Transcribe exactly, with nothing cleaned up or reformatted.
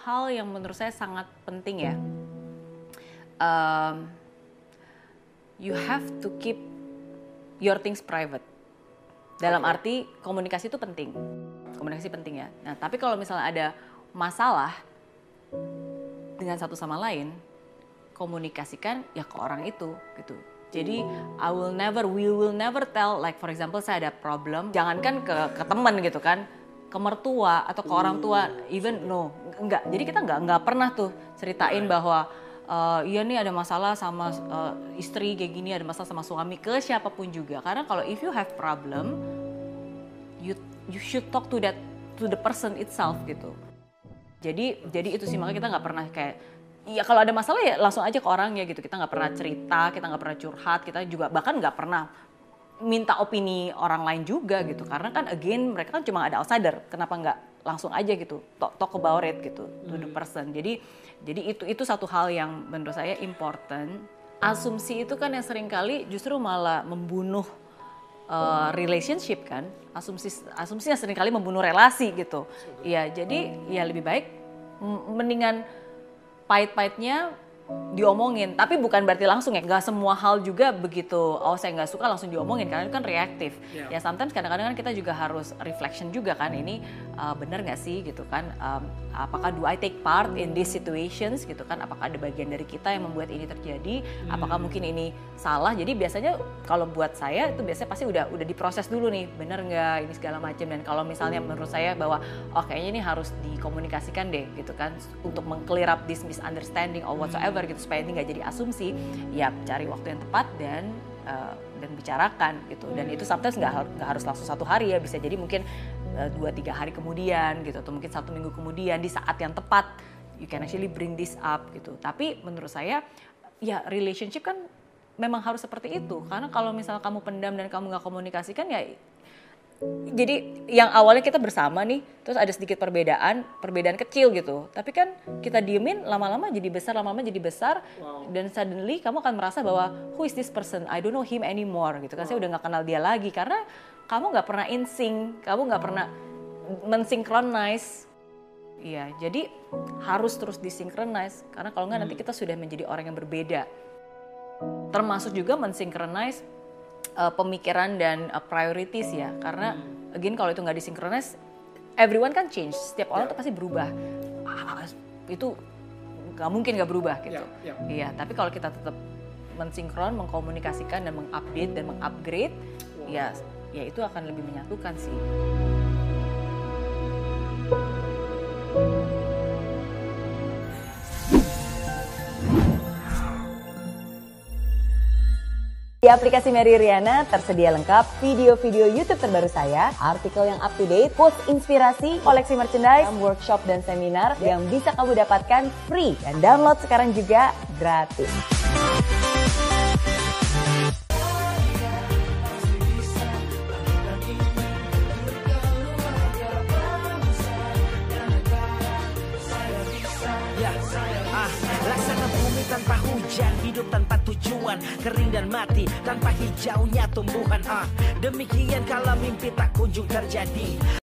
Hal yang menurut saya sangat penting ya, um, you have to keep your things private. Dalam arti komunikasi itu penting, komunikasi penting ya. Nah tapi kalau misalnya ada masalah dengan satu sama lain, komunikasikan ya ke orang itu gitu. Jadi I will never, we will never tell, like for example saya ada problem, jangankan ke, ke teman gitu kan, ke mertua atau ke orang tua, even no, enggak. Jadi kita enggak enggak pernah tuh ceritain bahwa uh, iya nih ada masalah sama uh, istri kayak gini, ada masalah sama suami, ke siapapun juga. Karena kalau if you have problem, you you should talk to that, to the person itself gitu. Jadi jadi itu sih, makanya kita nggak pernah kayak, ya kalau ada masalah ya langsung aja ke orangnya gitu. Kita nggak pernah cerita, kita nggak pernah curhat, kita juga bahkan nggak pernah minta opini orang lain juga gitu. Karena kan again mereka kan cuma ada outsider, kenapa nggak langsung aja gitu, talk, talk about it gitu to the person. Jadi jadi itu itu satu hal yang menurut saya important. Asumsi itu kan yang seringkali justru malah membunuh uh, relationship kan. Asumsi asumsinya seringkali membunuh relasi gitu. Iya, jadi ya lebih baik mendingan pahit-pahitnya diomongin, tapi bukan berarti langsung ya, nggak semua hal juga begitu, oh saya nggak suka langsung diomongin, karena itu kan reaktif. Yeah. Ya sometimes kadang-kadang kan kita juga harus reflection juga kan, ini uh, benar nggak sih gitu kan, um, apakah do I take part in these situations gitu kan, apakah ada bagian dari kita yang membuat ini terjadi, hmm. apakah mungkin ini salah. Jadi biasanya kalau buat saya itu biasanya pasti udah udah diproses dulu nih, benar nggak ini segala macam. Dan kalau misalnya menurut saya bahwa oh kayaknya ini harus dikomunikasikan deh gitu kan, untuk meng-clear up this misunderstanding or whatsoever gitu, supaya ini nggak jadi asumsi, ya cari waktu yang tepat dan uh, dan bicarakan gitu. Dan itu sometimes nggak nggak harus langsung satu hari ya, bisa jadi mungkin uh, dua tiga hari kemudian gitu, atau mungkin satu minggu kemudian di saat yang tepat you can actually bring this up gitu. Tapi menurut saya ya relationship kan memang harus seperti itu, karena kalau misalnya kamu pendam dan kamu nggak komunikasikan ya, jadi yang awalnya kita bersama nih, terus ada sedikit perbedaan, perbedaan kecil gitu. Tapi kan kita diemin, lama-lama jadi besar, lama-lama jadi besar. Wow. Dan suddenly kamu akan merasa bahwa, who is this person? I don't know him anymore gitu kan. Wow. Saya udah gak kenal dia lagi, karena kamu gak pernah in sync, kamu gak pernah mensynchronize. Iya, jadi harus terus disynchronize. Karena kalau nggak hmm. nanti kita sudah menjadi orang yang berbeda. Termasuk juga mensynchronize Uh, pemikiran dan uh, priorities ya, karena hmm. again kalau itu nggak disinkronis, everyone kan change, setiap orang yeah. tuh pasti berubah, ah, itu nggak mungkin nggak berubah gitu. Yeah, yeah. Iya, tapi kalau kita tetap mensinkron, mengkomunikasikan dan mengupdate dan mengupgrade, wow. ya ya itu akan lebih menyatukan sih. Di aplikasi Mary Riana tersedia lengkap video-video YouTube terbaru saya, artikel yang up to date, post inspirasi, koleksi merchandise, workshop dan seminar yang bisa kamu dapatkan free dan download sekarang juga gratis. Tanpa hujan, hidup tanpa tujuan, kering dan mati tanpa hijaunya tumbuhan. Ah, demikian kalau mimpi tak kunjung terjadi.